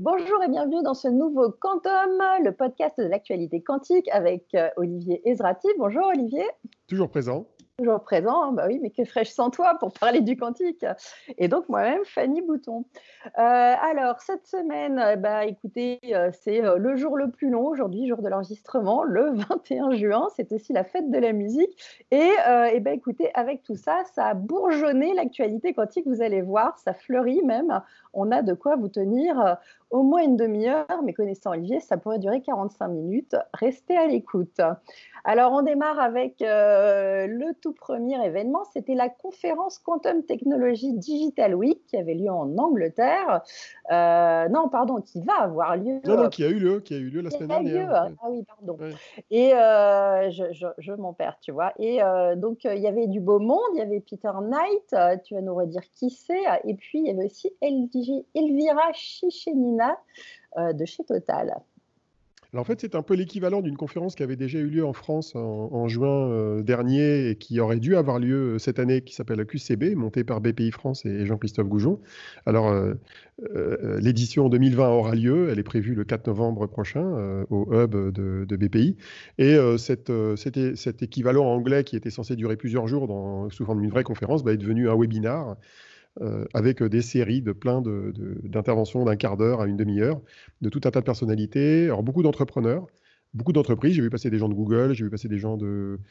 Bonjour et bienvenue dans ce nouveau Quantum, le podcast de l'actualité quantique avec Olivier Ezrati. Bonjour Olivier. Toujours présent. Toujours présent, hein, bah oui, mais que ferais-je sans toi pour parler du quantique? Et donc moi-même, Fanny Bouton. Alors, cette semaine, écoutez, c'est le jour le plus long aujourd'hui, jour de l'enregistrement, le 21 juin. C'est aussi la fête de la musique. Écoutez, avec tout ça, ça a bourgeonné l'actualité quantique. Vous allez voir, ça fleurit même. On a de quoi vous tenir au moins une demi-heure. Mais connaissant Olivier, ça pourrait durer 45 minutes. Restez à l'écoute. Alors, on démarre avec le tout premier événement. C'était la conférence Quantum Technology Digital Week qui avait lieu en Angleterre. Qui va avoir lieu. Non, qui a eu lieu la semaine dernière. Ah oui, pardon. Ouais. Et je m'en perds, tu vois. Et donc, il y avait du beau monde. Il y avait Peter Knight, tu vas nous redire qui c'est. Et puis, il y avait aussi Elvira Chichenina de chez Total. Alors en fait, c'est un peu l'équivalent d'une conférence qui avait déjà eu lieu en France en juin dernier et qui aurait dû avoir lieu cette année, qui s'appelle la QCB, montée par BPI France et Jean-Christophe Goujon. Alors, l'édition 2020 aura lieu, elle est prévue le 4 novembre prochain au hub de BPI. Et cet équivalent anglais qui était censé durer plusieurs jours sous forme d'une vraie conférence est devenu un webinar. Avec des séries de plein d'interventions d'un quart d'heure à une demi-heure, de tout un tas de personnalités, alors beaucoup d'entrepreneurs, beaucoup d'entreprises. J'ai vu passer des gens de Google, j'ai vu passer des gens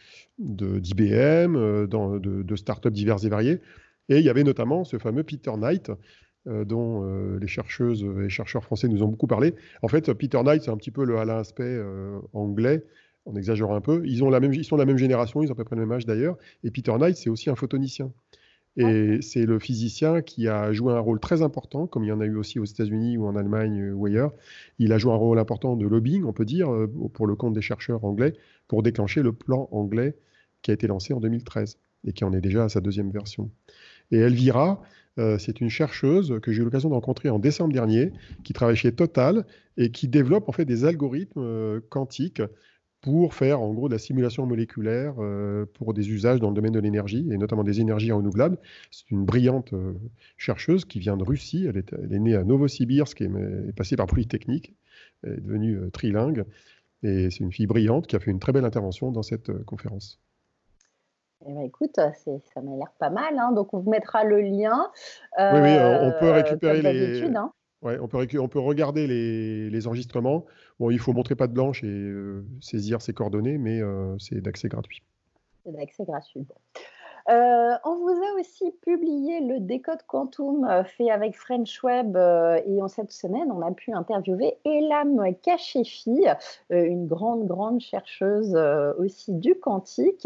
d'IBM, de startups diverses et variées. Et il y avait notamment ce fameux Peter Knight, dont les chercheuses et chercheurs français nous ont beaucoup parlé. En fait, Peter Knight, c'est un petit peu le Alain Aspect anglais, en exagérant un peu. Ils sont de la même génération, ils ont à peu près le même âge d'ailleurs. Et Peter Knight, c'est aussi un photonicien. Et c'est le physicien qui a joué un rôle très important, comme il y en a eu aussi aux États-Unis ou en Allemagne ou ailleurs. Il a joué un rôle important de lobbying, on peut dire, pour le compte des chercheurs anglais, pour déclencher le plan anglais qui a été lancé en 2013 et qui en est déjà à sa deuxième version. Et Elvira, c'est une chercheuse que j'ai eu l'occasion de rencontrer en décembre dernier, qui travaille chez Total et qui développe en fait des algorithmes quantiques pour faire en gros de la simulation moléculaire pour des usages dans le domaine de l'énergie, et notamment des énergies renouvelables. C'est une brillante chercheuse qui vient de Russie. Elle est née à Novosibirsk et est passée par Polytechnique. Elle est devenue trilingue. Et c'est une fille brillante qui a fait une très belle intervention dans cette conférence. Eh ben, écoute, ça m'a l'air pas mal. Hein. Donc, on vous mettra le lien. Oui, on peut récupérer comme d'habitude. Hein. Ouais, on peut regarder les enregistrements. Bon, il faut montrer patte blanche et saisir ses coordonnées, mais c'est d'accès gratuit. C'est d'accès gratuit. Bon. On vous a aussi publié le Décode Quantum fait avec French Web et en cette semaine, on a pu interviewer Elam Kashefi, une grande chercheuse aussi du quantique.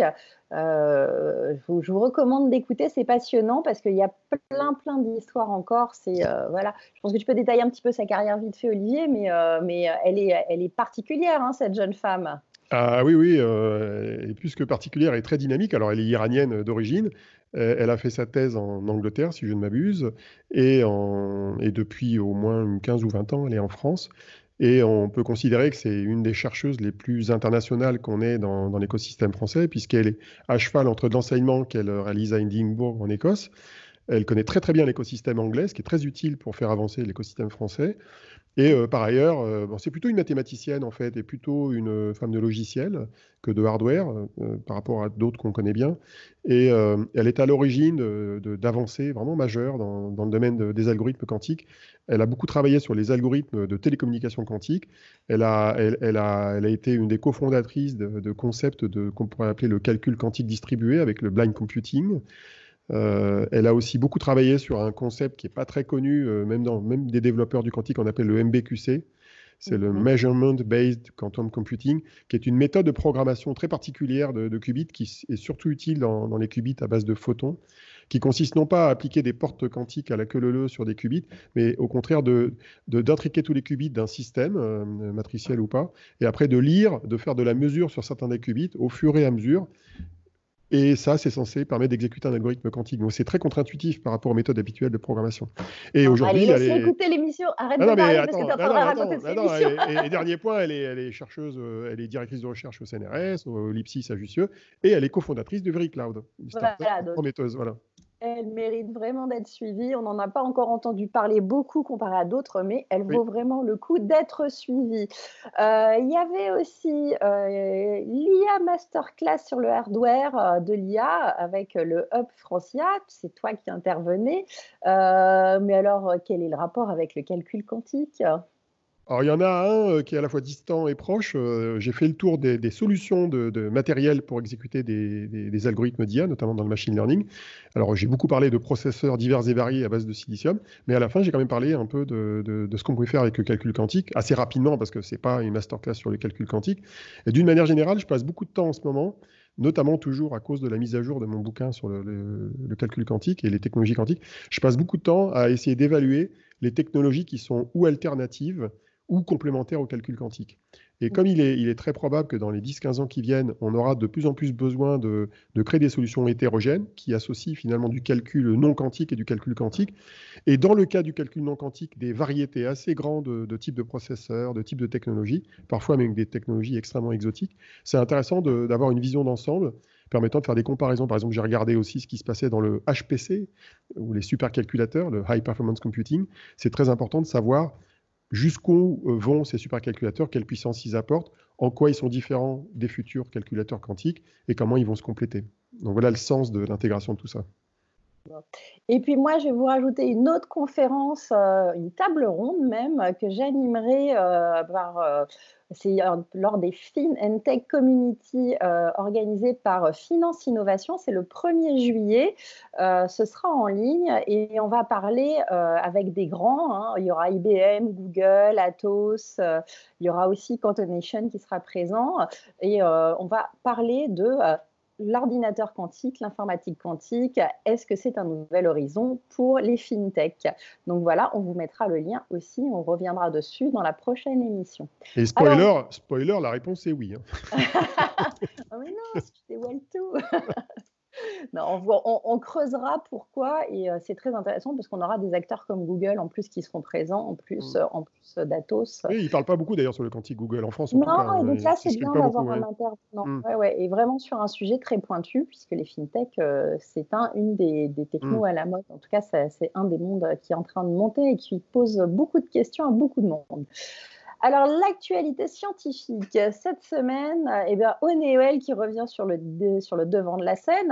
Je vous recommande d'écouter, c'est passionnant parce qu'il y a plein d'histoires encore. Voilà. Je pense que tu peux détailler un petit peu sa carrière vite fait, Olivier, mais elle est particulière, hein, cette jeune femme. Ah oui, elle est plus que particulière et très dynamique. Alors, elle est iranienne d'origine. Elle a fait sa thèse en Angleterre, si je ne m'abuse, et depuis au moins 15 ou 20 ans, elle est en France. Et on peut considérer que c'est une des chercheuses les plus internationales qu'on ait dans l'écosystème français, puisqu'elle est à cheval entre l'enseignement qu'elle réalise à Edinburgh en Écosse. Elle connaît très bien l'écosystème anglais, ce qui est très utile pour faire avancer l'écosystème français. Et par ailleurs, c'est plutôt une mathématicienne en fait, et plutôt une femme de logiciel que de hardware, par rapport à d'autres qu'on connaît bien. Et elle est à l'origine d'avancées vraiment majeures dans le domaine des algorithmes quantiques. Elle a beaucoup travaillé sur les algorithmes de télécommunication quantique. Elle a été une des cofondatrices de concepts qu'on pourrait appeler le calcul quantique distribué avec le blind computing. Elle a aussi beaucoup travaillé sur un concept qui n'est pas très connu, même des développeurs du quantique, on appelle le MBQC. C'est le Measurement Based Quantum Computing, qui est une méthode de programmation très particulière de qubits, qui est surtout utile dans les qubits à base de photons, qui consiste non pas à appliquer des portes quantiques à la queue leu-leu sur des qubits, mais au contraire d'intriquer tous les qubits d'un système, matriciel ou pas, et après de faire de la mesure sur certains des qubits au fur et à mesure. Et ça, c'est censé permettre d'exécuter un algorithme quantique. Donc, c'est très contre-intuitif par rapport aux méthodes habituelles de programmation. Et aujourd'hui, allez, laisse-moi écouter l'émission. Arrête de parler parce que tu es en train de raconter cette émission. Et dernier point, elle est chercheuse, elle est directrice de recherche au CNRS, au LIPSIS à Jussieu, et elle est cofondatrice de VeriCloud, une startup prometteuse. Voilà. Elle mérite vraiment d'être suivie. On n'en a pas encore entendu parler beaucoup comparé à d'autres, mais elle Oui. vaut vraiment le coup d'être suivie. Il y avait aussi, l'IA masterclass sur le hardware, de l'IA avec le hub Francia. C'est toi qui intervenais. Mais alors, quel est le rapport avec le calcul quantique? Alors, il y en a un qui est à la fois distant et proche. J'ai fait le tour des solutions de matériel pour exécuter des algorithmes d'IA, notamment dans le machine learning. Alors, j'ai beaucoup parlé de processeurs divers et variés à base de silicium, mais à la fin, j'ai quand même parlé un peu de ce qu'on pouvait faire avec le calcul quantique, assez rapidement, parce que ce n'est pas une masterclass sur le calcul quantique. Et d'une manière générale, je passe beaucoup de temps en ce moment, notamment toujours à cause de la mise à jour de mon bouquin sur le calcul quantique et les technologies quantiques. Je passe beaucoup de temps à essayer d'évaluer les technologies qui sont ou alternatives ou complémentaires au calcul quantique. Et comme il est très probable que dans les 10-15 ans qui viennent, on aura de plus en plus besoin de créer des solutions hétérogènes qui associent finalement du calcul non quantique et du calcul quantique. Et dans le cas du calcul non quantique, des variétés assez grandes de types de processeurs, de types de technologies, parfois même des technologies extrêmement exotiques, c'est intéressant d'avoir une vision d'ensemble permettant de faire des comparaisons. Par exemple, j'ai regardé aussi ce qui se passait dans le HPC, ou les supercalculateurs, le High Performance Computing. C'est très important de savoir jusqu'où vont ces supercalculateurs, quelle puissance ils apportent, en quoi ils sont différents des futurs calculateurs quantiques et comment ils vont se compléter. Donc voilà le sens de l'intégration de tout ça. Et puis moi, je vais vous rajouter une autre conférence, une table ronde même, que j'animerai, c'est, lors des Fin and Tech Community, organisées par, Finance Innovation. C'est le 1er juillet. Ce sera en ligne et on va parler, avec des grands, hein. Il y aura IBM, Google, Atos, il y aura aussi Contonation qui sera présent et on va parler de, l'ordinateur quantique, l'informatique quantique, est-ce que c'est un nouvel horizon pour les fintech? Donc voilà, on vous mettra le lien aussi, on reviendra dessus dans la prochaine émission. Et Alors, spoiler, la réponse est oui, hein. oh mais non, si je dévoile tout. Non, on creusera pourquoi et c'est très intéressant parce qu'on aura des acteurs comme Google en plus qui seront présents, en plus d'Atos. Oui, il ne parle pas beaucoup d'ailleurs sur le quantique Google, en France en tout Non, cas, et hein. donc Il là, ne c'est s'exprime bien pas beaucoup. d'avoir un Ouais. intervenant. Mm, Ouais, ouais, et vraiment sur un sujet très pointu, puisque les fintech, c'est une des mm. technos à la mode. En tout cas, c'est un des mondes qui est en train de monter et qui pose beaucoup de questions à beaucoup de monde. Alors, l'actualité scientifique, cette semaine, eh bien, Honeywell qui revient sur le devant de la scène,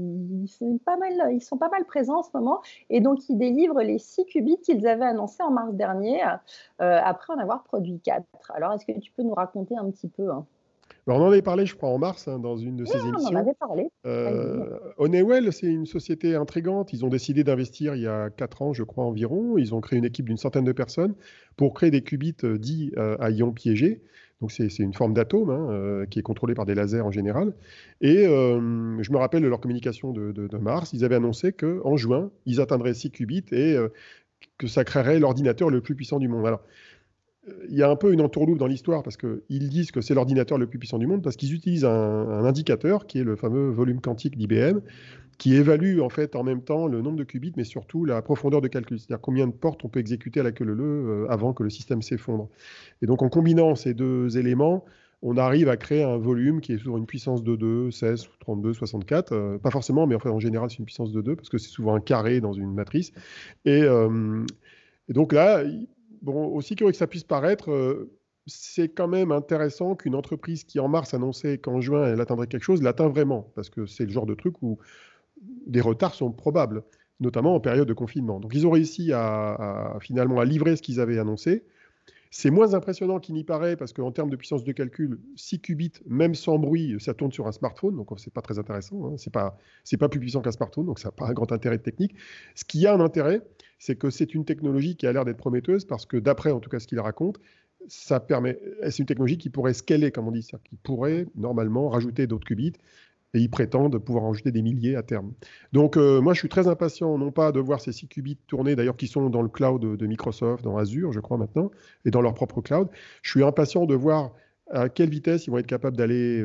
ils sont pas mal présents en ce moment, et donc ils délivrent les 6 qubits qu'ils avaient annoncés en mars dernier, après en avoir produit 4. Alors, est-ce que tu peux nous raconter un petit peu, hein? Alors, on en avait parlé, je crois, en mars, hein, dans une de Oui, ces on en émissions. avait parlé. Vas-y. Honeywell, c'est une société intrigante. Ils ont décidé d'investir il y a 4 ans, je crois, environ. Ils ont créé une équipe d'une centaine de personnes pour créer des qubits dits à ions piégés. Donc, c'est une forme d'atome, hein, qui est contrôlée par des lasers en général. Et je me rappelle de leur communication de mars. Ils avaient annoncé qu'en juin, ils atteindraient 6 qubits et que ça créerait l'ordinateur le plus puissant du monde. Alors, il y a un peu une entourloupe dans l'histoire parce qu'ils disent que c'est l'ordinateur le plus puissant du monde parce qu'ils utilisent un indicateur qui est le fameux volume quantique d'IBM qui évalue en fait en même temps le nombre de qubits mais surtout la profondeur de calcul, c'est-à-dire combien de portes on peut exécuter à la queue leu avant que le système s'effondre. Et donc en combinant ces deux éléments, on arrive à créer un volume qui est sur une puissance de 2, 16, 32, 64, pas forcément, mais enfin en général c'est une puissance de 2 parce que c'est souvent un carré dans une matrice. Et, et donc là, bon, aussi curieux que ça puisse paraître, c'est quand même intéressant qu'une entreprise qui en mars annonçait qu'en juin elle atteindrait quelque chose, l'atteint vraiment, parce que c'est le genre de truc où des retards sont probables, notamment en période de confinement. Donc ils ont réussi finalement à livrer ce qu'ils avaient annoncé. C'est moins impressionnant qu'il n'y paraît parce qu'en termes de puissance de calcul, 6 qubits, même sans bruit, ça tourne sur un smartphone, donc c'est pas très intéressant, hein. C'est pas plus puissant qu'un smartphone, donc ça n'a pas un grand intérêt technique. Ce qui a un intérêt, c'est que c'est une technologie qui a l'air d'être prometteuse parce que d'après en tout cas ce qu'il raconte, c'est une technologie qui pourrait scaler, comme on dit, c'est-à-dire qui pourrait normalement rajouter d'autres qubits et ils prétendent pouvoir en ajouter des milliers à terme. Donc moi je suis très impatient, non pas de voir ces 6 qubits tourner, d'ailleurs qui sont dans le cloud de Microsoft, dans Azure je crois maintenant, et dans leur propre cloud. Je suis impatient de voir à quelle vitesse ils vont être capables d'aller,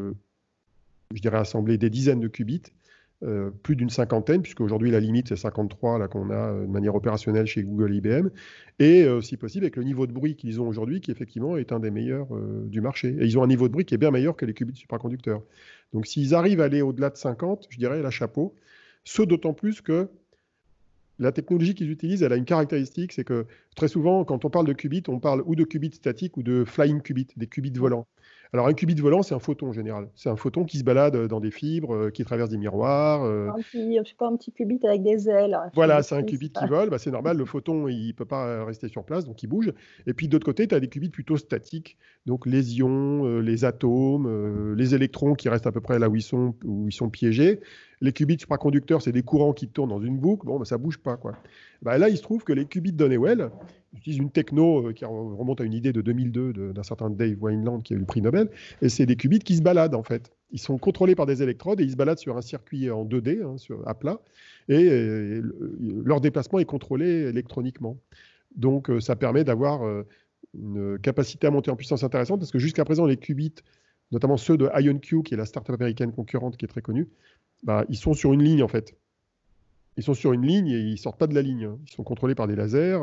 je dirais, assembler des dizaines de qubits, plus d'une cinquantaine, puisque aujourd'hui la limite c'est 53 là, qu'on a de manière opérationnelle chez Google et IBM, et si possible avec le niveau de bruit qu'ils ont aujourd'hui, qui effectivement est un des meilleurs du marché. Et ils ont un niveau de bruit qui est bien meilleur que les qubits supraconducteurs. Donc s'ils arrivent à aller au-delà de 50, je dirais la chapeau. Ce d'autant plus que la technologie qu'ils utilisent, elle a une caractéristique, c'est que très souvent, quand on parle de qubits, on parle ou de qubits statiques ou de flying qubits, des qubits volants. Alors un qubit volant, c'est un photon en général. C'est un photon qui se balade dans des fibres, qui traverse des miroirs. Je sais pas, un petit qubit avec des ailes. Voilà, c'est un qubit qui vole, bah, c'est normal, le photon, il ne peut pas rester sur place, donc il bouge. Et puis de l'autre côté, tu as des qubits plutôt statiques, donc les ions, les atomes, les électrons qui restent à peu près là où ils sont piégés. Les qubits supraconducteurs, c'est des courants qui tournent dans une boucle, bon, bah, ça ne bouge pas, quoi. Bah, là, il se trouve que les qubits d'Honeywell utilisent une techno qui remonte à une idée de 2002 d'un certain Dave Wineland qui a eu le prix Nobel, et c'est des qubits qui se baladent, en fait. Ils sont contrôlés par des électrodes et ils se baladent sur un circuit en 2D, hein, à plat, et leur déplacement est contrôlé électroniquement. Donc, ça permet d'avoir une capacité à monter en puissance intéressante, parce que jusqu'à présent, les qubits, notamment ceux de IonQ, qui est la start-up américaine concurrente qui est très connue, bah, ils sont sur une ligne, en fait. Ils sont sur une ligne et ils ne sortent pas de la ligne, hein. Ils sont contrôlés par des lasers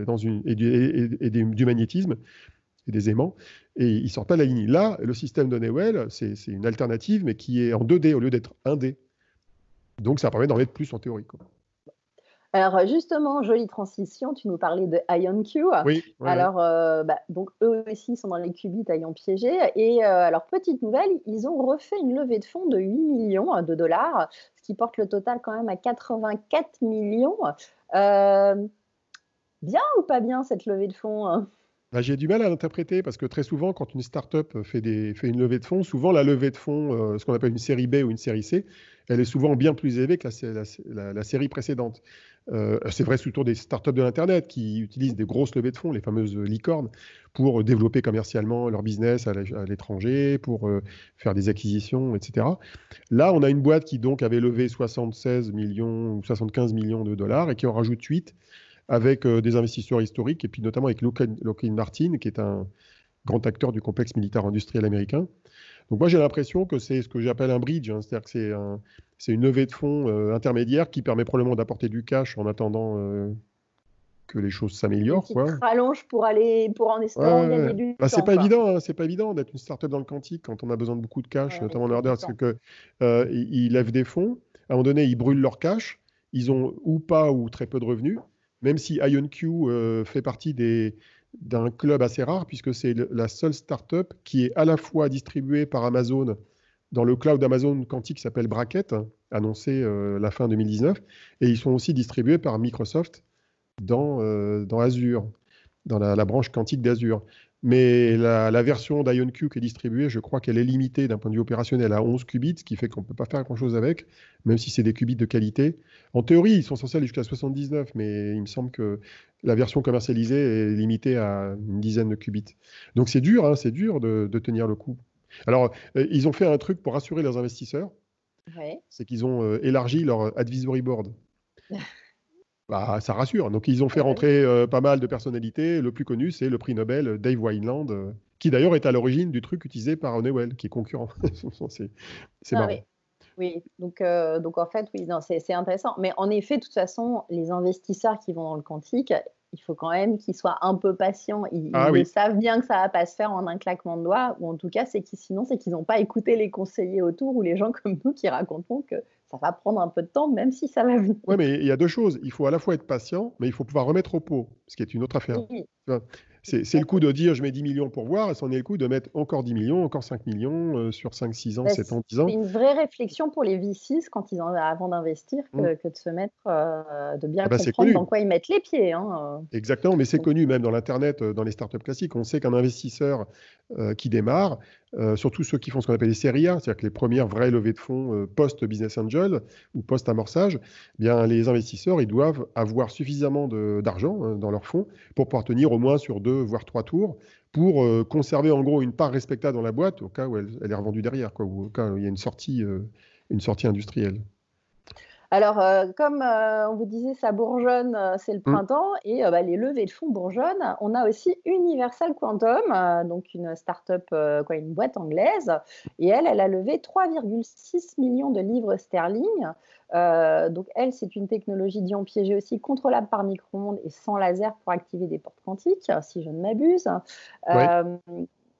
du magnétisme et des aimants, et ils ne sortent pas de la ligne. Là, le système de Newell, c'est une alternative, mais qui est en 2D au lieu d'être 1D. Donc, ça permet d'en mettre plus en théorie, quoi. Alors justement, jolie transition, tu nous parlais de IonQ. Oui, ouais, alors, donc eux aussi sont dans les qubits à ions piégés. Et alors, petite nouvelle, ils ont refait une levée de fonds de 8 millions de dollars, ce qui porte le total quand même à 84 millions. Bien ou pas bien cette levée de fonds? Bah, j'ai du mal à l'interpréter parce que très souvent, quand une start-up fait une levée de fonds, souvent la levée de fonds, ce qu'on appelle une série B ou une série C, elle est souvent bien plus élevée que la série précédente. C'est vrai surtout des start-up de l'Internet qui utilisent des grosses levées de fonds, les fameuses licornes, pour développer commercialement leur business à l'étranger, pour faire des acquisitions, etc. Là, on a une boîte qui donc avait levé 76 millions ou 75 millions de dollars et qui en rajoute 8 avec des investisseurs historiques, et puis notamment avec Lockheed Martin, qui est un grand acteur du complexe militaire industriel américain. Donc moi, j'ai l'impression que c'est ce que j'appelle un bridge, hein, c'est-à-dire que c'est une levée de fonds intermédiaire qui permet probablement d'apporter du cash en attendant que les choses Une s'améliorent, petite quoi. rallonge pour aller, pour en Ouais, espérant ouais. gagner du Bah, c'est temps, pas quoi. évident, hein, c'est pas évident d'être une start-up dans le quantique quand on a besoin de beaucoup de cash, Ouais, notamment en c'est order, parce évident. que ils lèvent des fonds. À un moment donné, ils brûlent leur cash. Ils ont ou pas ou très peu de revenus. Même si IonQ fait partie d'un club assez rare, puisque c'est la seule start-up qui est à la fois distribuée par Amazon dans le cloud Amazon quantique qui s'appelle Braket, annoncé la fin 2019, et ils sont aussi distribués par Microsoft dans Azure, dans la branche quantique d'Azure. Mais la version d'IonQ qui est distribuée, je crois qu'elle est limitée d'un point de vue opérationnel à 11 qubits, ce qui fait qu'on ne peut pas faire grand-chose avec, même si c'est des qubits de qualité. En théorie, ils sont censés aller jusqu'à 79, mais il me semble que la version commercialisée est limitée à une dizaine de qubits. Donc c'est dur, hein, c'est dur de tenir le coup. Alors, ils ont fait un truc pour rassurer leurs investisseurs, Ouais. c'est qu'ils ont élargi leur advisory board. Bah, ça rassure. Donc, ils ont fait rentrer pas mal de personnalités. Le plus connu, c'est le prix Nobel Dave Wineland, qui d'ailleurs est à l'origine du truc utilisé par Honeywell, qui est concurrent. C'est Ah marrant. oui. Oui, donc en fait, oui, non, c'est intéressant. Mais en effet, de toute façon, les investisseurs qui vont dans le quantique, il faut quand même qu'ils soient un peu patients. Ah Ils le oui. savent bien que ça ne va pas se faire en un claquement de doigts, ou en tout cas, sinon, c'est qu'ils n'ont pas écouté les conseillers autour ou les gens comme nous qui raconteront que ça va prendre un peu de temps, même si ça va venir. Ouais, mais il y a deux choses. Il faut à la fois être patient, mais il faut pouvoir remettre au pot, ce qui est une autre affaire. Oui, Tu vois, tout c'est à le coup fait. de dire je mets 10 millions pour voir, et c'en est le coup de mettre encore 10 millions, encore 5 millions sur 5, 6 ans, Ben, 7 ans, 10 c'est ans. une vraie réflexion pour les VCs avant d'investir Mm. que de se mettre, de bien Ah bah, c'est comprendre dans connu. quoi ils mettent les pieds, hein. Exactement, mais c'est Donc, connu même dans l'Internet, dans les startups classiques. On sait qu'un investisseur qui démarre, surtout ceux qui font ce qu'on appelle les séries A, c'est-à-dire que les premières vraies levées de fonds post-business angel ou post-amorçage, eh bien, les investisseurs ils doivent avoir suffisamment d'argent dans leurs fonds pour pouvoir tenir au moins sur 2, voire 3 tours, pour conserver en gros une part respectable dans la boîte au cas où elle est revendue derrière, quoi, ou au cas où il y a une sortie industrielle. alors, comme on vous disait, ça bourgeonne, c'est le Hum. printemps et les levées de fonds bourgeonnent. On a aussi Universal Quantum, donc une start-up, une boîte anglaise, et elle a levé 3,6 millions de livres sterling. Donc elle, c'est une technologie d'ion piégé aussi contrôlable par micro-ondes et sans laser pour activer des portes quantiques, si je ne m'abuse. Ouais. Euh,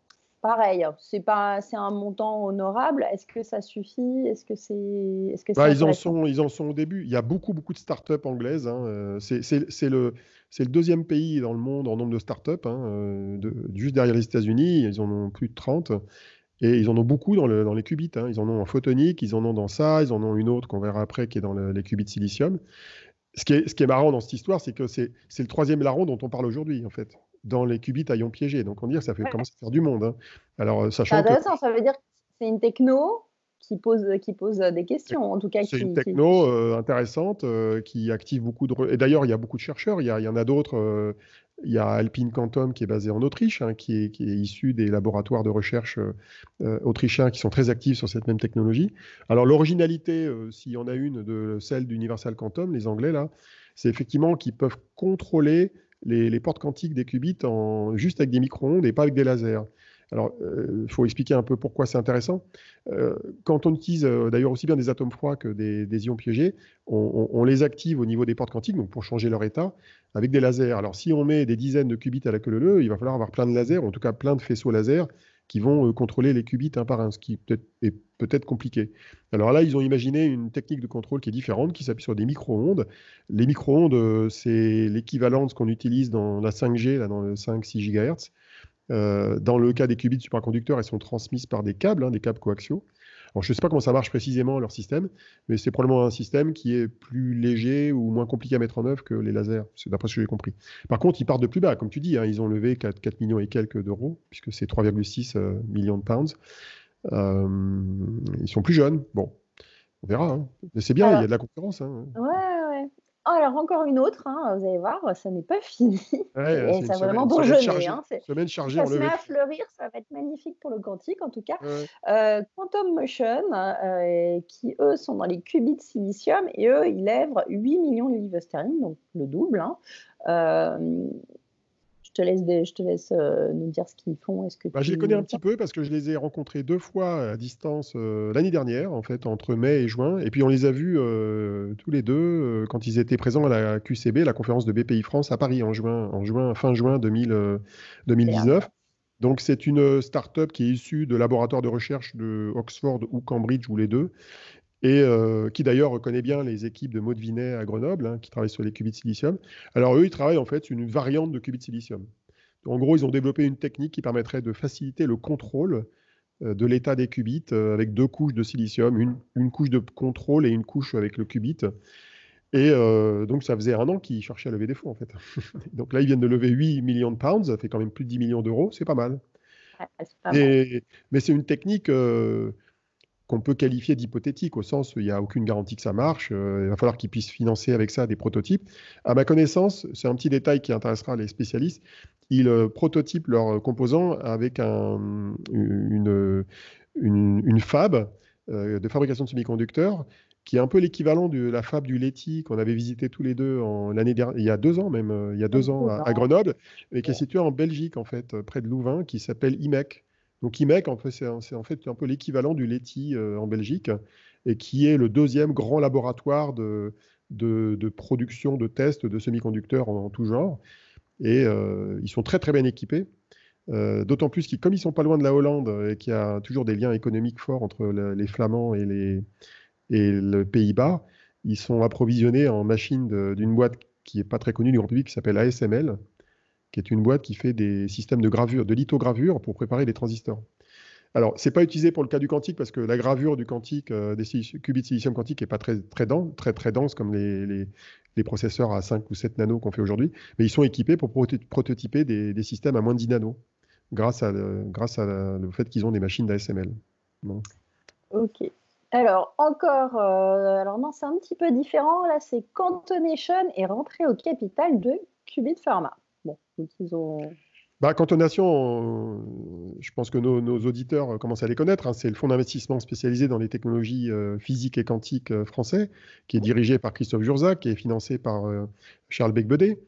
pareil, c'est un montant honorable. Est-ce que ça suffit? Est-ce que c'est Bah, intéressant? ils en sont au début. Il y a beaucoup, beaucoup de startups anglaises, hein. C'est le deuxième pays dans le monde en nombre de startups, hein, juste derrière les États-Unis. Ils en ont plus de 30. Et ils en ont beaucoup dans les qubits, hein. Ils en ont en photonique, ils en ont dans ça, ils en ont une autre qu'on verra après qui est dans les qubits silicium. Ce qui est marrant dans cette histoire, c'est que c'est le troisième larron dont on parle aujourd'hui, en fait, dans les qubits à ions piégés. Donc on dit que ça Ouais. commence à faire du monde, hein. Alors, C'est sachant que intéressant, ça veut dire que c'est une techno qui pose des questions, en tout cas c'est une techno intéressante qui active beaucoup de... Et d'ailleurs, il y a beaucoup de chercheurs. Il y en a d'autres. Il y a Alpine Quantum qui est basé en Autriche, hein, qui est issu des laboratoires de recherche autrichiens qui sont très actifs sur cette même technologie. Alors, l'originalité, s'il y en a une, de celle d'Universal Quantum, les Anglais, là, c'est effectivement qu'ils peuvent contrôler les portes quantiques des qubits juste avec des micro-ondes et pas avec des lasers. Alors, il faut expliquer un peu pourquoi c'est intéressant. Quand on utilise d'ailleurs aussi bien des atomes froids que des ions piégés, on les active au niveau des portes quantiques, donc pour changer leur état, avec des lasers. Alors, si on met des dizaines de qubits à la queue leu, il va falloir avoir plein de lasers, ou en tout cas plein de faisceaux laser qui vont contrôler les qubits un par un, ce qui est peut-être compliqué. Alors là, ils ont imaginé une technique de contrôle qui est différente, qui s'appuie sur des micro-ondes. Les micro-ondes, c'est l'équivalent de ce qu'on utilise dans la 5G, là, dans le 5-6 GHz. Dans le cas des qubits supraconducteurs, elles sont transmises par des câbles, hein, des câbles coaxiaux. Alors, je ne sais pas comment ça marche précisément, leur système, mais c'est probablement un système qui est plus léger ou moins compliqué à mettre en œuvre que les lasers, c'est d'après ce que j'ai compris. Par contre, ils partent de plus bas, comme tu dis, hein, ils ont levé 4 millions et quelques d'euros, puisque c'est 3,6 millions de pounds. Ils sont plus jeunes, bon, on verra, hein. Mais c'est bien, il y a Alors, de la concurrence, hein. ouais, ouais. Oh, alors encore une autre, hein, vous allez voir, ça n'est pas fini. Ouais, Et c'est ça a vraiment bourgeonné. Hein, semaine si chargée ça en se met levée de à fonds. fleurir, ça va être magnifique pour le quantique, en tout cas. Ouais. Quantum Motion, qui eux sont dans les qubits silicium, et eux, ils lèvent 8 millions de livres sterling, donc le double. Hein. Je te laisse nous dire ce qu'ils font. Est-ce que Bah, je les connais un petit peu parce que je les ai rencontrés 2 fois à distance l'année dernière, en fait, entre mai et juin. Et puis on les a vus tous les deux quand ils étaient présents à la QCB, la conférence de BPI France à Paris fin juin 2019. Donc c'est une start-up qui est issue de laboratoires de recherche de Oxford ou Cambridge ou les deux, et qui d'ailleurs connaît bien les équipes de Maud Vinet à Grenoble, hein, qui travaillent sur les qubits de silicium. Alors eux, ils travaillent en fait sur une variante de qubits de silicium. En gros, ils ont développé une technique qui permettrait de faciliter le contrôle de l'état des qubits avec 2 couches de silicium, une couche de contrôle et une couche avec le qubit. Et donc, ça faisait 1 an qu'ils cherchaient à lever des fonds, en fait. Donc là, ils viennent de lever 8 millions de pounds, ça fait quand même plus de 10 millions d'euros, c'est pas mal. c'est pas mal. Mais c'est une technique qu'on peut qualifier d'hypothétique, au sens où il n'y a aucune garantie que ça marche. Il va falloir qu'ils puissent financer avec ça des prototypes. À ma connaissance, c'est un petit détail qui intéressera les spécialistes, ils prototypent leurs composants avec une fab de fabrication de semi-conducteurs, qui est un peu l'équivalent de la fab du Leti qu'on avait visité tous les deux il y a 2 ans même, il y a 2 ans à Grenoble, et qui est située en Belgique, en fait, près de Louvain, qui s'appelle IMEC. Donc IMEC, en fait, c'est en fait un peu l'équivalent du Leti en Belgique, et qui est le deuxième grand laboratoire de production, de tests de semi-conducteurs en tout genre. Et ils sont très très bien équipés. D'autant plus comme ils sont pas loin de la Hollande et qu'il y a toujours des liens économiques forts entre les Flamands et le Pays-Bas, ils sont approvisionnés en machines d'une boîte qui est pas très connue du grand public, qui s'appelle ASML, qui est une boîte qui fait des systèmes de gravure, de lithogravure pour préparer les transistors. Alors, c'est pas utilisé pour le cas du quantique parce que la gravure du quantique, des qubits de silicium quantique, n'est pas très dense comme les processeurs à 5 ou 7 nanos qu'on fait aujourd'hui, mais ils sont équipés pour prototyper des systèmes à moins de 10 nanos, grâce au fait qu'ils ont des machines d'ASML. Bon. Ok. Alors, encore, alors non, c'est un petit peu différent. Là, c'est Quantonation est rentré au capital de Qubit Pharma. Bon, donc ils ont... Quantonation, je pense que nos auditeurs commencent à les connaître, hein. C'est le fonds d'investissement spécialisé dans les technologies physiques et quantiques français, qui est dirigé par Christophe Jurzac, qui est financé par Charles Becbedé.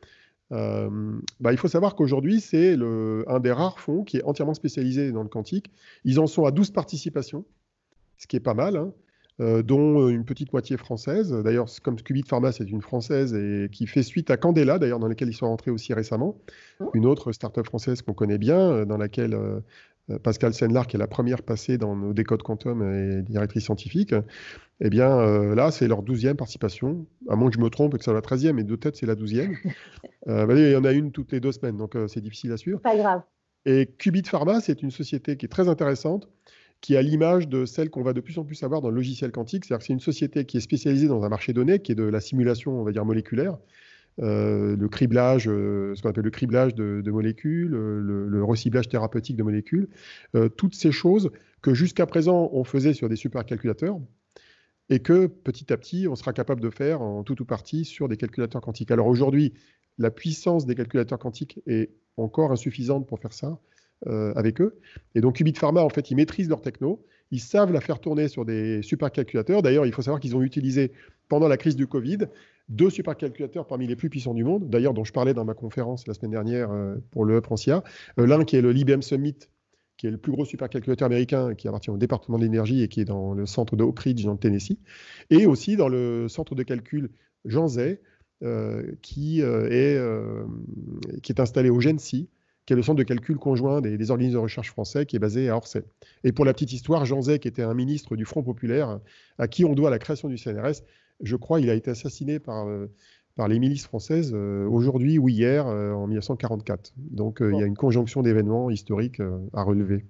Il faut savoir qu'aujourd'hui, c'est un des rares fonds qui est entièrement spécialisé dans le quantique. Ils en sont à 12 participations, ce qui est pas mal, hein. dont une petite moitié française. D'ailleurs, comme Qubit Pharma, c'est une française et qui fait suite à Candela, d'ailleurs, dans laquelle ils sont rentrés aussi récemment. Une autre start-up française qu'on connaît bien, dans laquelle Pascal Senlar, qui est la première passée dans nos décodes quantum et directrice scientifique. Eh bien, là, c'est leur 12e participation. À moins que je me trompe et que ce soit la 13e, mais de tête, c'est la 12e. Il y en a une toutes les 2 semaines, donc c'est difficile à suivre. Pas grave. Et Qubit Pharma, c'est une société qui est très intéressante, qui est à l'image de celle qu'on va de plus en plus avoir dans le logiciel quantique. C'est-à-dire que c'est une société qui est spécialisée dans un marché donné, qui est de la simulation, on va dire, moléculaire, le criblage, ce qu'on appelle le criblage de molécules, le reciblage thérapeutique de molécules, toutes ces choses que jusqu'à présent, on faisait sur des supercalculateurs et que petit à petit, on sera capable de faire en tout ou partie sur des calculateurs quantiques. Alors aujourd'hui, la puissance des calculateurs quantiques est encore insuffisante pour faire ça avec eux. Et donc Qubit Pharma, en fait, ils maîtrisent leur techno, ils savent la faire tourner sur des supercalculateurs. D'ailleurs, il faut savoir qu'ils ont utilisé, pendant la crise du Covid, 2 supercalculateurs parmi les plus puissants du monde, d'ailleurs dont je parlais dans ma conférence la semaine dernière pour le Francia. L'un qui est le l'IBM Summit, qui est le plus gros supercalculateur américain, qui appartient au département de l'énergie et qui est dans le centre de Oak Ridge, dans le Tennessee, et aussi dans le centre de calcul Jean Zay, qui est installé au GENSI, qui est le centre de calcul conjoint des organismes de recherche français, qui est basé à Orsay. Et pour la petite histoire, Jean Zay, qui était un ministre du Front populaire, à qui on doit la création du CNRS, je crois il a été assassiné par les milices françaises aujourd'hui ou hier, en 1944. Donc il y a une conjonction d'événements historiques à relever.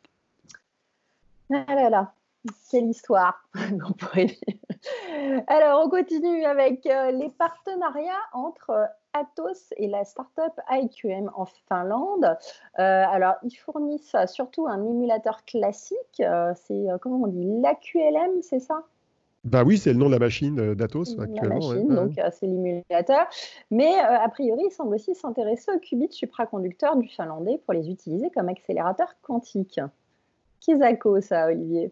Ah là là, quelle histoire, on pourrait dire. Alors, on continue avec les partenariats entre Atos et la start-up IQM en Finlande. Alors, ils fournissent surtout un émulateur classique. C'est, comment on dit, l'AQLM, c'est ça? Bah oui, c'est le nom de la machine d'Atos actuellement. La machine, donc c'est l'émulateur. Mais a priori, il semble aussi s'intéresser aux qubits supraconducteurs du finlandais pour les utiliser comme accélérateur quantique. Qu'est-ce ça, Olivier?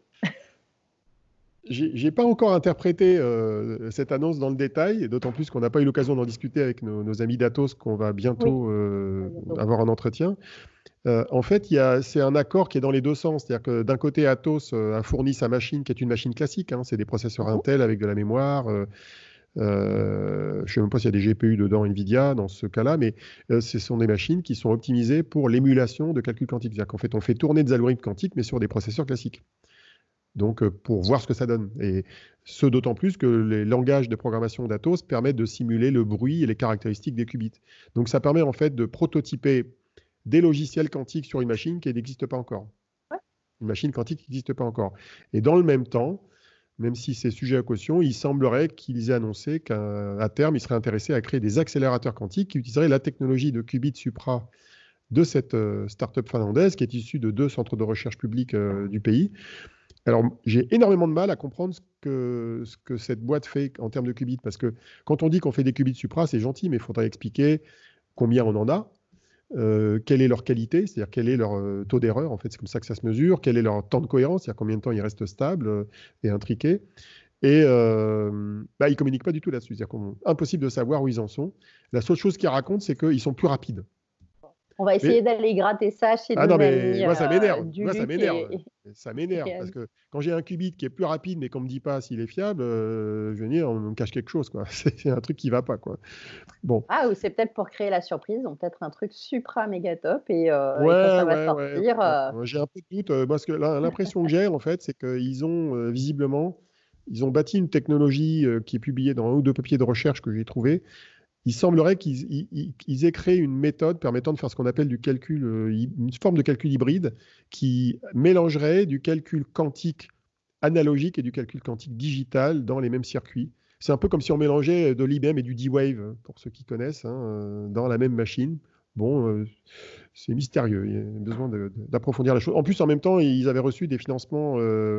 J'ai pas encore interprété cette annonce dans le détail, d'autant plus qu'on n'a pas eu l'occasion d'en discuter avec nos amis d'Atos, qu'on va bientôt avoir un entretien. En fait, c'est un accord qui est dans les 2 sens. C'est-à-dire que d'un côté, Atos a fourni sa machine, qui est une machine classique. C'est des processeurs Intel avec de la mémoire. Je ne sais même pas s'il y a des GPU dedans, NVIDIA, dans ce cas-là, mais ce sont des machines qui sont optimisées pour l'émulation de calcul quantique. C'est-à-dire qu'en fait, on fait tourner des algorithmes quantiques, mais sur des processeurs classiques. Donc, pour voir ce que ça donne. Et ce d'autant plus que les langages de programmation d'Atos permettent de simuler le bruit et les caractéristiques des qubits. Donc, ça permet en fait de prototyper des logiciels quantiques sur une machine qui n'existe pas encore. Une machine quantique qui n'existe pas encore. Et dans le même temps, même si c'est sujet à caution, il semblerait qu'ils aient annoncé qu'à terme, ils seraient intéressés à créer des accélérateurs quantiques qui utiliseraient la technologie de qubit supra de cette start-up finlandaise qui est issue de 2 centres de recherche publics du pays. Alors, j'ai énormément de mal à comprendre ce que cette boîte fait en termes de qubits, parce que quand on dit qu'on fait des qubits supra, c'est gentil, mais il faudrait expliquer combien on en a, quelle est leur qualité, c'est-à-dire quel est leur taux d'erreur, en fait, c'est comme ça que ça se mesure, quel est leur temps de cohérence, c'est-à-dire combien de temps ils restent stables et intriqués. Et ils ne communiquent pas du tout là-dessus, c'est-à-dire impossible de savoir où ils en sont. La seule chose qu'ils racontent, c'est qu'ils sont plus rapides. On va essayer d'aller gratter ça chez nos amis. Moi, ça m'énerve. Ça m'énerve et parce que quand j'ai un qubit qui est plus rapide, mais qu'on me dit pas s'il est fiable, je veux dire, on me cache quelque chose, quoi. C'est un truc qui va pas, quoi. Bon. Ah, ou c'est peut-être pour créer la surprise, donc peut-être un truc supra méga top et quand ça va sortir. J'ai un peu de doute parce que l'impression que j'ai, en fait, c'est qu'ils ont visiblement, ils ont bâti une technologie qui est publiée dans 1 ou 2 papiers de recherche que j'ai trouvé. Il semblerait qu'ils aient créé une méthode permettant de faire ce qu'on appelle du calcul, une forme de calcul hybride qui mélangerait du calcul quantique analogique et du calcul quantique digital dans les mêmes circuits. C'est un peu comme si on mélangeait de l'IBM et du D-Wave, pour ceux qui connaissent, dans la même machine. Bon, c'est mystérieux, il y a besoin d'approfondir la chose. En plus, en même temps, ils avaient reçu des financements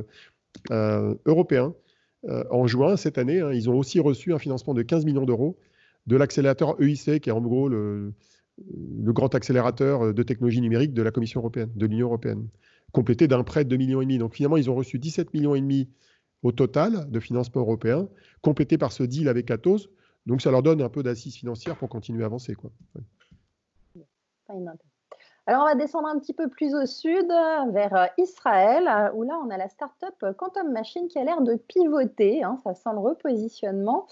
européens en juin cette année. Ils ont aussi reçu un financement de 15 millions d'euros de l'accélérateur EIC, qui est en gros le grand accélérateur de technologie numérique de la Commission européenne, de l'Union européenne, complété d'un prêt de 2,5 millions. Donc finalement, ils ont reçu 17,5 millions au total de financement européen, complété par ce deal avec Atos. Donc ça leur donne un peu d'assise financière pour continuer à avancer, quoi. Alors, on va descendre un petit peu plus au sud, vers Israël, où là, on a la start-up Quantum Machine qui a l'air de pivoter, hein, ça sent le repositionnement.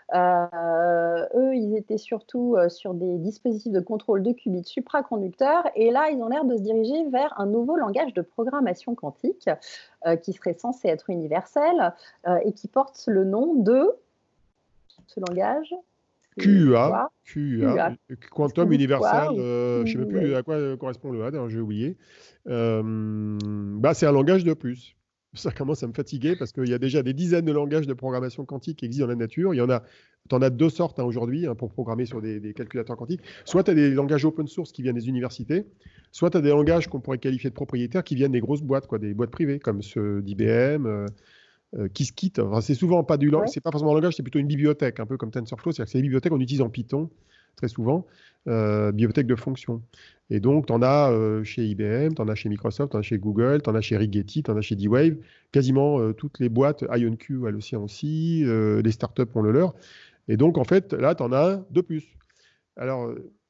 Eux, ils étaient surtout sur des dispositifs de contrôle de qubits supraconducteurs, et là, ils ont l'air de se diriger vers un nouveau langage de programmation quantique qui serait censé être universel et qui porte le nom de ce langage. QUA, QA. Quantum Universal, je ne sais même plus Ouais. à quoi correspond le A, d'ailleurs j'ai oublié. C'est un langage de plus. Ça commence à me fatiguer parce qu'il y a déjà des dizaines de langages de programmation quantique qui existent dans la nature. Tu en as deux sortes aujourd'hui pour programmer sur des calculateurs quantiques. Soit tu as des langages open source qui viennent des universités, soit tu as des langages qu'on pourrait qualifier de propriétaires qui viennent des grosses boîtes, des boîtes privées comme ceux d'IBM. Qiskit, enfin, c'est souvent pas du langage, Ouais. c'est pas forcément un langage, c'est plutôt une bibliothèque, un peu comme TensorFlow, c'est-à-dire que c'est des bibliothèques qu'on utilise en Python très souvent, bibliothèque de fonctions. Et donc, tu en as chez IBM, tu en as chez Microsoft, tu en as chez Google, tu en as chez Rigetti, tu en as chez D-Wave, quasiment toutes les boîtes, IonQ, elles aussi, les startups ont le leur. Et donc, en fait, là, tu en as un de plus. Alors,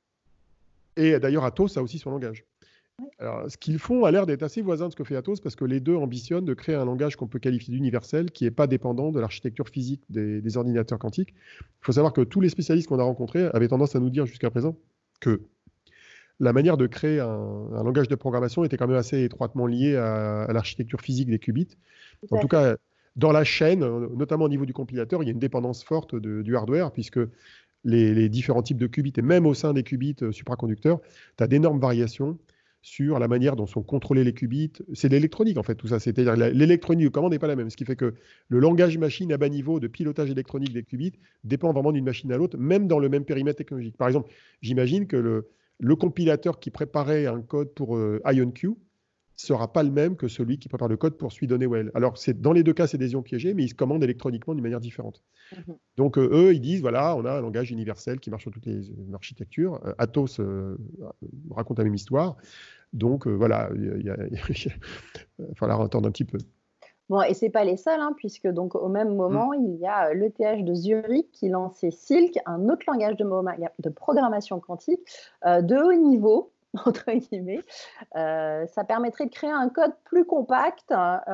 et d'ailleurs, Atos a aussi son langage. Alors, ce qu'ils font a l'air d'être assez voisin de ce que fait Atos, parce que les deux ambitionnent de créer un langage qu'on peut qualifier d'universel, qui n'est pas dépendant de l'architecture physique des ordinateurs quantiques. Il faut savoir que tous les spécialistes qu'on a rencontrés avaient tendance à nous dire jusqu'à présent que la manière de créer un langage de programmation était quand même assez étroitement liée à l'architecture physique des qubits. Tout En à tout fait. cas, dans la chaîne, notamment au niveau du compilateur, il y a une dépendance forte du hardware, puisque les différents types de qubits, et même au sein des qubits supraconducteurs, tu as d'énormes variations sur la manière dont sont contrôlés les qubits. C'est l'électronique, en fait, tout ça. C'est-à-dire l'électronique de commande n'est pas la même. Ce qui fait que le langage machine à bas niveau de pilotage électronique des qubits dépend vraiment d'une machine à l'autre, même dans le même périmètre technologique. Par exemple, j'imagine que le compilateur qui préparait un code pour IonQ sera pas le même que celui qui prépare le code pour Sweden-Well. Alors, dans les deux cas, c'est des ions piégés, mais ils se commandent électroniquement d'une manière différente. Mhm. Donc, eux, ils disent, voilà, on a un langage universel qui marche sur toutes les architectures. Atos raconte la même histoire. Donc, voilà, il va falloir attendre un petit peu. Bon, et c'est pas les seuls, hein, puisque donc au même Mm. moment, il y a l'ETH de Zurich qui lançait Silk, un autre langage de programmation quantique de haut niveau, entre guillemets. Ça permettrait de créer un code plus compact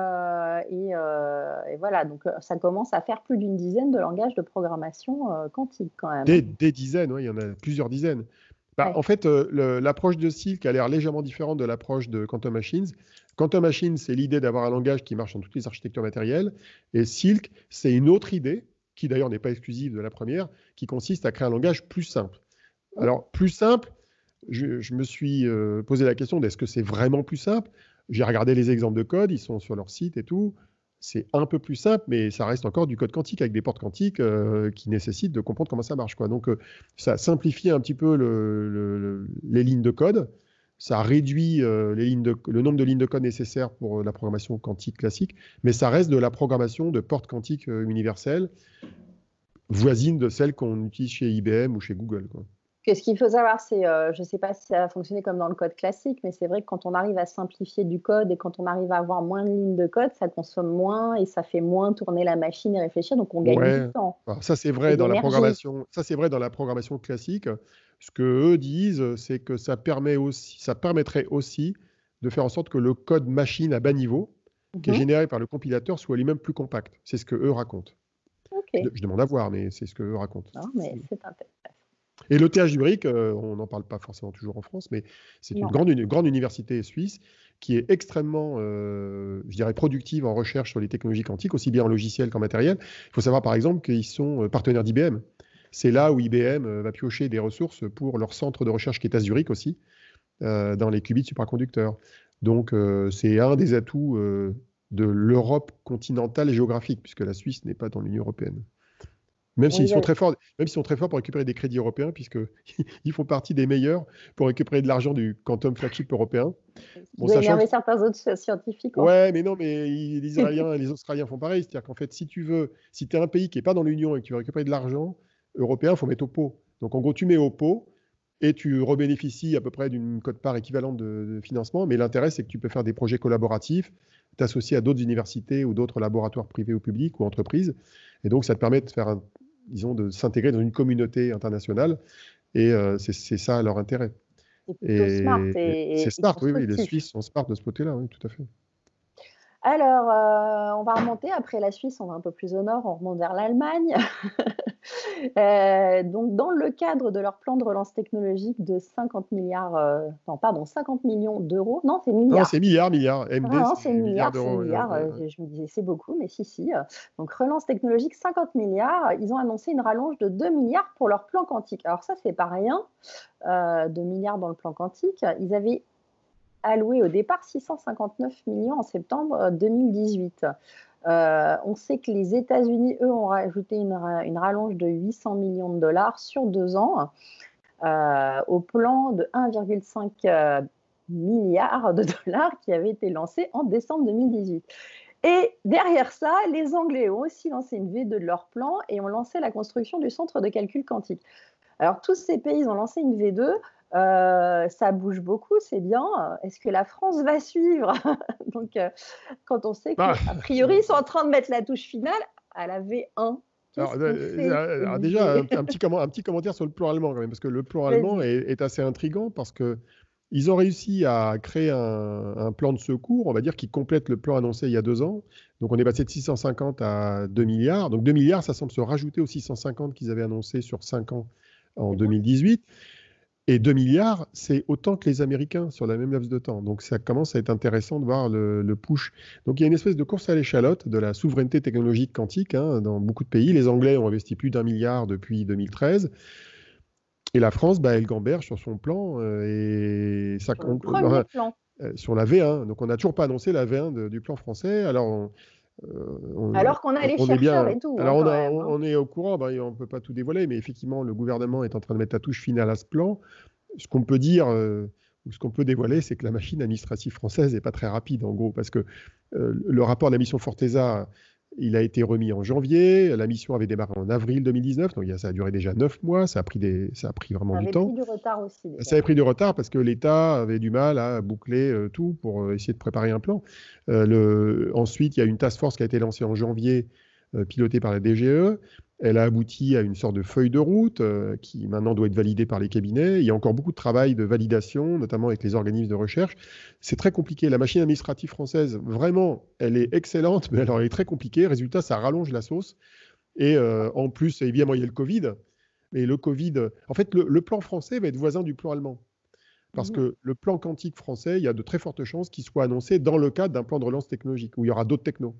et voilà, donc ça commence à faire plus d'une dizaine de langages de programmation quantique quand même. Des dizaines, ouais, il y en a plusieurs dizaines. Ouais. En fait, l'approche de Silk a l'air légèrement différente de l'approche de Quantum Machines. Quantum Machines, c'est l'idée d'avoir un langage qui marche dans toutes les architectures matérielles. Et Silk, c'est une autre idée, qui d'ailleurs n'est pas exclusive de la première, qui consiste à créer un langage plus simple. Alors, plus simple, je me suis posé la question d'est-ce que c'est vraiment plus simple? J'ai regardé les exemples de code, ils sont sur leur site et tout. C'est un peu plus simple, mais ça reste encore du code quantique avec des portes quantiques qui nécessitent de comprendre comment ça marche, quoi. Donc, ça simplifie un petit peu les lignes de code. Ça réduit le nombre de lignes de code nécessaires pour la programmation quantique classique, mais ça reste de la programmation de portes quantiques universelles, voisine de celle qu'on utilise chez IBM ou chez Google, quoi. Ce qu'il faut savoir, c'est, je ne sais pas si ça va fonctionner comme dans le code classique, mais c'est vrai que quand on arrive à simplifier du code et quand on arrive à avoir moins de lignes de code, ça consomme moins et ça fait moins tourner la machine et réfléchir, donc on gagne du Ouais, temps alors ça c'est et vrai dans la d'énergie. programmation. Ça c'est vrai dans la programmation classique. Ce que eux disent, c'est que ça permettrait aussi de faire en sorte que le code machine à bas niveau, qui est Mhm. généré par le compilateur, soit lui-même plus compact. C'est ce que eux racontent. Ok, Je demande à voir, mais c'est ce que eux racontent. non, mais c'est intéressant. Et l'ETH Zurich, on n'en parle pas forcément toujours en France, mais c'est une Non. grande université suisse qui est extrêmement, je dirais, productive en recherche sur les technologies quantiques, aussi bien en logiciel qu'en matériel. Il faut savoir par exemple qu'ils sont partenaires d'IBM. C'est là où IBM va piocher des ressources pour leur centre de recherche qui est à Zurich aussi, dans les qubits supraconducteurs. Donc c'est un des atouts de l'Europe continentale et géographique, puisque la Suisse n'est pas dans l'Union européenne. Même s'ils Oui, sont très forts, même s'ils sont très forts pour récupérer des crédits européens, puisqu'ils font partie des meilleurs pour récupérer de l'argent du Quantum Flagship européen. qui Bon, doit sachant que, énerver certains autres scientifiques, en ouais, mais non, mais les Israéliens et les Australiens font pareil. C'est-à-dire qu'en fait, si tu es un pays qui n'est pas dans l'Union et que tu veux récupérer de l'argent européen, il faut mettre au pot. Donc en gros, tu mets au pot et tu rebénéficies à peu près d'une quote-part équivalente de financement. Mais l'intérêt, c'est que tu peux faire des projets collaboratifs, t'associer à d'autres universités ou d'autres laboratoires privés ou publics ou entreprises. Et donc, ça te permet de faire disons, de s'intégrer dans une communauté internationale. Et c'est ça leur intérêt. c'est plutôt smart Et c'est et smart, oui, oui, les constructif. Suisses sont smart de ce côté-là, oui, tout à fait. Alors, on va remonter après la Suisse, on va un peu plus au nord, on remonte vers l'Allemagne. Donc dans le cadre de leur plan de relance technologique de 50 000 000 non pardon, 50 millions d'euros, non c'est Non, c'est milliards. milliards, milliards. Non, MD, non, c'est c'est milliards milliards, c'est d'euros. Ouais, milliards, ouais, ouais. je me disais: «C'est beaucoup», mais si, si, donc relance technologique 50 000 000 000, ils ont annoncé une rallonge de 2 milliards pour leur plan quantique. Alors ça, c'est pas rien, 2 milliards dans le plan quantique. Ils avaient alloué au départ 659 millions en septembre 2018. On sait que les États-Unis, eux, ont rajouté une rallonge de 800 millions de dollars sur 2 ans, au plan de 1,5 milliard de dollars qui avait été lancé en décembre 2018. Et derrière ça, les Anglais ont aussi lancé une V2 de leur plan et ont lancé la construction du centre de calcul quantique. Alors, tous ces pays ont lancé une V2. Ça bouge beaucoup, c'est bien. Est-ce que la France va suivre? Donc, quand on sait Bah, qu'a priori, ils sont en train de mettre la touche finale à la V1, alors, qu'est-ce qu'on fait, alors déjà, Olivier? un petit commentaire sur le plan allemand, quand même, parce que le plan allemand Vas-y. est assez intriguant, parce que ils ont réussi à créer un plan de secours, on va dire, qui complète le plan annoncé il y a 2 ans. Donc, on est passé de 650 à 2 milliards. Donc, 2 milliards, ça semble se rajouter aux 650 qu'ils avaient annoncé sur 5 ans en C'est bien. 2018. Et 2 milliards, c'est autant que les Américains sur la même laps de temps. Donc ça commence à être intéressant de voir le push. Donc il y a une espèce de course à l'échalote de la souveraineté technologique quantique dans beaucoup de pays. Les Anglais ont investi plus d'1 milliard depuis 2013. Et la France, bah, elle gamberge sur son plan. Et ça, Sur le premier plan. sur la V1. Donc on n'a toujours pas annoncé la V1 du plan français. Alors Alors qu'on a les on est chercheurs bien. et tout, hein, Alors quand même, hein. on est au courant, bah, on ne peut pas tout dévoiler, mais effectivement, le gouvernement est en train de mettre la touche finale à ce plan. Ce qu'on peut dire, ou ce qu'on peut dévoiler, c'est que la machine administrative française n'est pas très rapide, en gros, parce que le rapport de la mission Forteza, il a été remis en janvier, la mission avait démarré en avril 2019, donc ça a duré déjà 9 mois, ça a pris vraiment Ça du avait pris temps. du retard aussi Ça déjà. avait pris du retard parce que l'État avait du mal à boucler tout pour essayer de préparer un plan. Ensuite, il y a une task force qui a été lancée en janvier, pilotée par la DGE. Elle a abouti à une sorte de feuille de route qui maintenant doit être validée par les cabinets. Il y a encore beaucoup de travail de validation, notamment avec les organismes de recherche. C'est très compliqué. La machine administrative française, vraiment, elle est excellente, mais alors elle est très compliquée. Résultat, ça rallonge la sauce. Et en plus, évidemment, il y a le Covid. Mais le Covid, en fait, le plan français va être voisin du plan allemand. Parce Mhm. que le plan quantique français, il y a de très fortes chances qu'il soit annoncé dans le cadre d'un plan de relance technologique, où il y aura d'autres technos.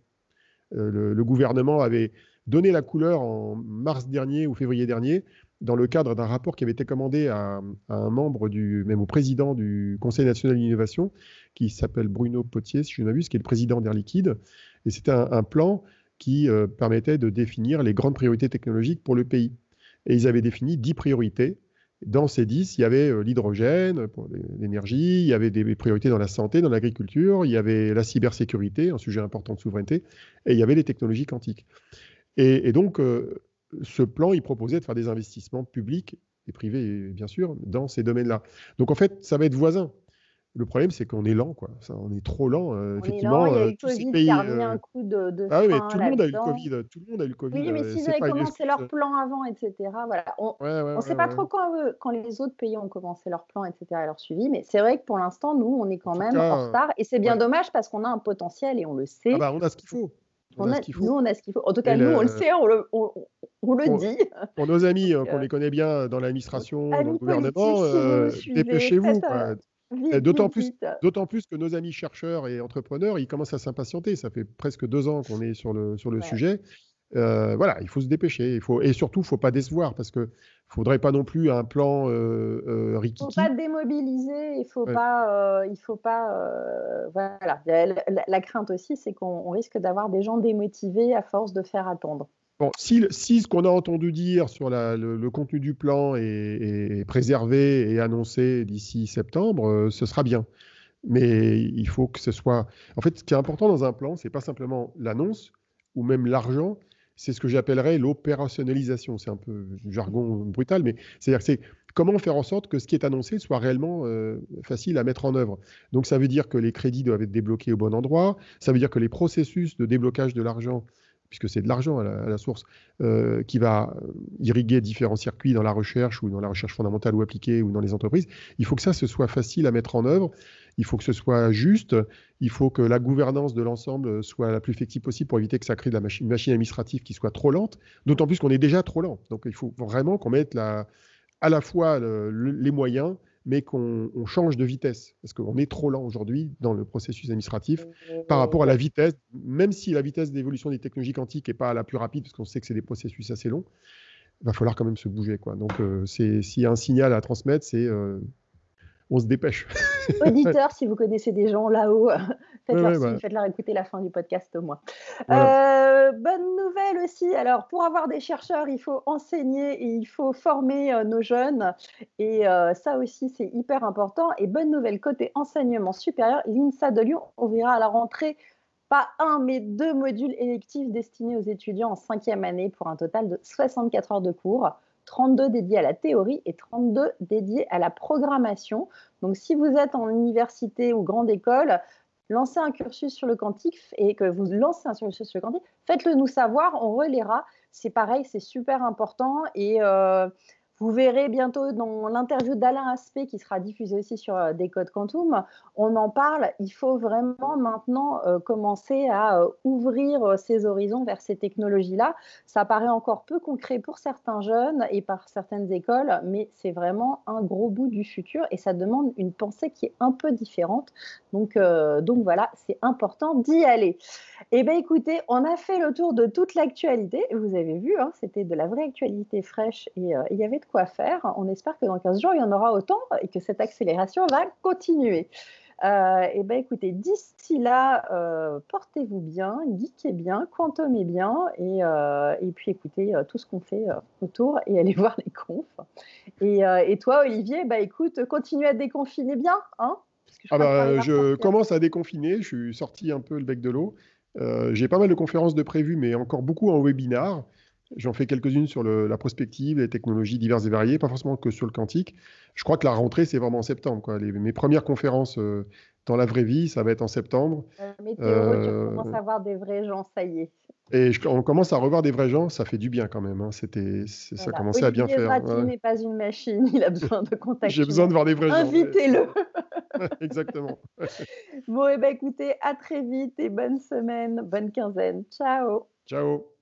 Le gouvernement avait donné la couleur en mars dernier ou février dernier, dans le cadre d'un rapport qui avait été commandé à un membre, même au président du Conseil national d'innovation, qui s'appelle Bruno Potier, si je ne m'abuse, qui est le président d'Air Liquide. Et c'était un plan qui permettait de définir les grandes priorités technologiques pour le pays. Et ils avaient défini 10 priorités. Dans ces 10, il y avait l'hydrogène pour l'énergie, il y avait des priorités dans la santé, dans l'agriculture, il y avait la cybersécurité, un sujet important de souveraineté, et il y avait les technologies quantiques. Et donc, ce plan, il proposait de faire des investissements publics et privés, bien sûr, dans ces domaines-là. Donc, en fait, ça va être voisin. Le problème, c'est qu'on est lent, quoi. Ça, on est trop lent. On est lent, il Effectivement, y a eu le tous ces Covid qui a pays. remis un coup de Ah oui, mais frein tout le monde a eu le là-dedans. Covid. Tout le monde a eu le Covid. Oui, mais s'ils C'est avaient pas une commencé excuse. leur plan avant, etc., voilà. On Ouais, ouais, ne ouais, sait pas ouais. trop quand les autres pays ont commencé leur plan, etc., et leur suivi, mais c'est vrai que pour l'instant, nous, on est En quand tout même en cas, retard, et c'est bien ouais. dommage parce qu'on a un potentiel et on le Ah sait. bah, on a ce qu'il faut. On a ce qu'il Nous, faut. on a ce qu'il faut. En tout cas, Et nous, on le sait, on le pour, dit. pour nos amis, Donc, qu'on les connaît bien dans l'administration, dans le amis politiques, gouvernement, si vous nous suivez, dépêchez-vous, faites quoi. Et vite, vite, vite. d'autant plus que nos amis chercheurs et entrepreneurs, ils commencent à s'impatienter. Ça fait presque 2 ans qu'on est sur le Ouais. sujet. Voilà, il faut se dépêcher. Et surtout, il ne faut pas décevoir parce qu'il ne faudrait pas non plus un plan Faut pas rikiki. démobiliser, Ouais. il faut pas, voilà. La crainte aussi, c'est qu'on risque d'avoir des gens démotivés à force de faire attendre. Bon, si ce qu'on a entendu dire sur le contenu du plan est préservé et annoncé d'ici septembre, ce sera bien. Mais il faut que ce soit. En fait, ce qui est important dans un plan, c'est pas simplement l'annonce ou même l'argent, c'est ce que j'appellerais l'opérationnalisation. C'est un peu jargon brutal, mais c'est-à-dire que c'est comment faire en sorte que ce qui est annoncé soit réellement facile à mettre en œuvre. Donc ça veut dire que les crédits doivent être débloqués au bon endroit, ça veut dire que les processus de déblocage de l'argent puisque c'est de l'argent à la source, qui va irriguer différents circuits dans la recherche ou dans la recherche fondamentale ou appliquée ou dans les entreprises. Il faut que ça, ce soit facile à mettre en œuvre. Il faut que ce soit juste. Il faut que la gouvernance de l'ensemble soit la plus effective possible pour éviter que ça crée une machine administrative qui soit trop lente, d'autant plus qu'on est déjà trop lent. Donc, il faut vraiment qu'on mette à la fois les moyens, mais qu'on change de vitesse, parce qu'on est trop lent aujourd'hui dans le processus administratif par rapport à la vitesse, même si la vitesse d'évolution des technologies quantiques n'est pas la plus rapide, parce qu'on sait que c'est des processus assez longs, il va falloir quand même se bouger, quoi. Donc, s'il y a un signal à transmettre, c'est on se dépêche. Auditeurs, si vous connaissez des gens là-haut, faites-leur signe, faites-leur écouter la fin du podcast au moins. Voilà. Bonne nouvelle aussi, alors pour avoir des chercheurs, il faut enseigner et il faut former nos jeunes, et ça aussi c'est hyper important. Et bonne nouvelle côté enseignement supérieur, l'INSA de Lyon ouvrira à la rentrée pas un mais 2 modules électifs destinés aux étudiants en 5e année pour un total de 64 heures de cours. 32 dédiés à la théorie et 32 dédiés à la programmation. Donc, si vous êtes en université ou grande école, lancez un cursus sur le quantique et que vous lancez un cursus sur le quantique, faites-le nous savoir, on relaiera. C'est pareil, c'est super important et vous verrez bientôt dans l'interview d'Alain Aspect qui sera diffusée aussi sur Décode Quantum, on en parle. Il faut vraiment maintenant commencer à ouvrir ses horizons vers ces technologies-là. Ça paraît encore peu concret pour certains jeunes et par certaines écoles, mais c'est vraiment un gros bout du futur et ça demande une pensée qui est un peu différente. Donc voilà, c'est important d'y aller. Eh bien, écoutez, on a fait le tour de toute l'actualité. Vous avez vu, hein, c'était de la vraie actualité fraîche et il y avait de quoi faire. On espère que dans 15 jours, il y en aura autant et que cette accélération va continuer. Eh bien, écoutez, d'ici là, portez-vous bien, geekez bien, quantumez bien et puis écoutez tout ce qu'on fait autour et allez voir les confs. Et toi, Olivier, bah, écoute, continue à déconfiner bien, hein, je commence à déconfiner, je suis sorti un peu le bec de l'eau. J'ai pas mal de conférences de prévues, mais encore beaucoup en webinar. J'en fais quelques-unes sur la prospective, les technologies diverses et variées, pas forcément que sur le quantique. Je crois que la rentrée, c'est vraiment en septembre, quoi. Mes premières conférences dans la vraie vie, ça va être en septembre. Mais Théo, tu commences à voir des vrais gens, ça y est. Et on commence à revoir des vrais gens, ça fait du bien quand même. Hein. Ça commençait à bien faire. Olivier n'est pas une machine, il a besoin de contacter. J'ai besoin de voir des vrais gens. Invitez-le. Exactement. Bon, et écoutez, à très vite et bonne semaine, bonne quinzaine. Ciao. Ciao.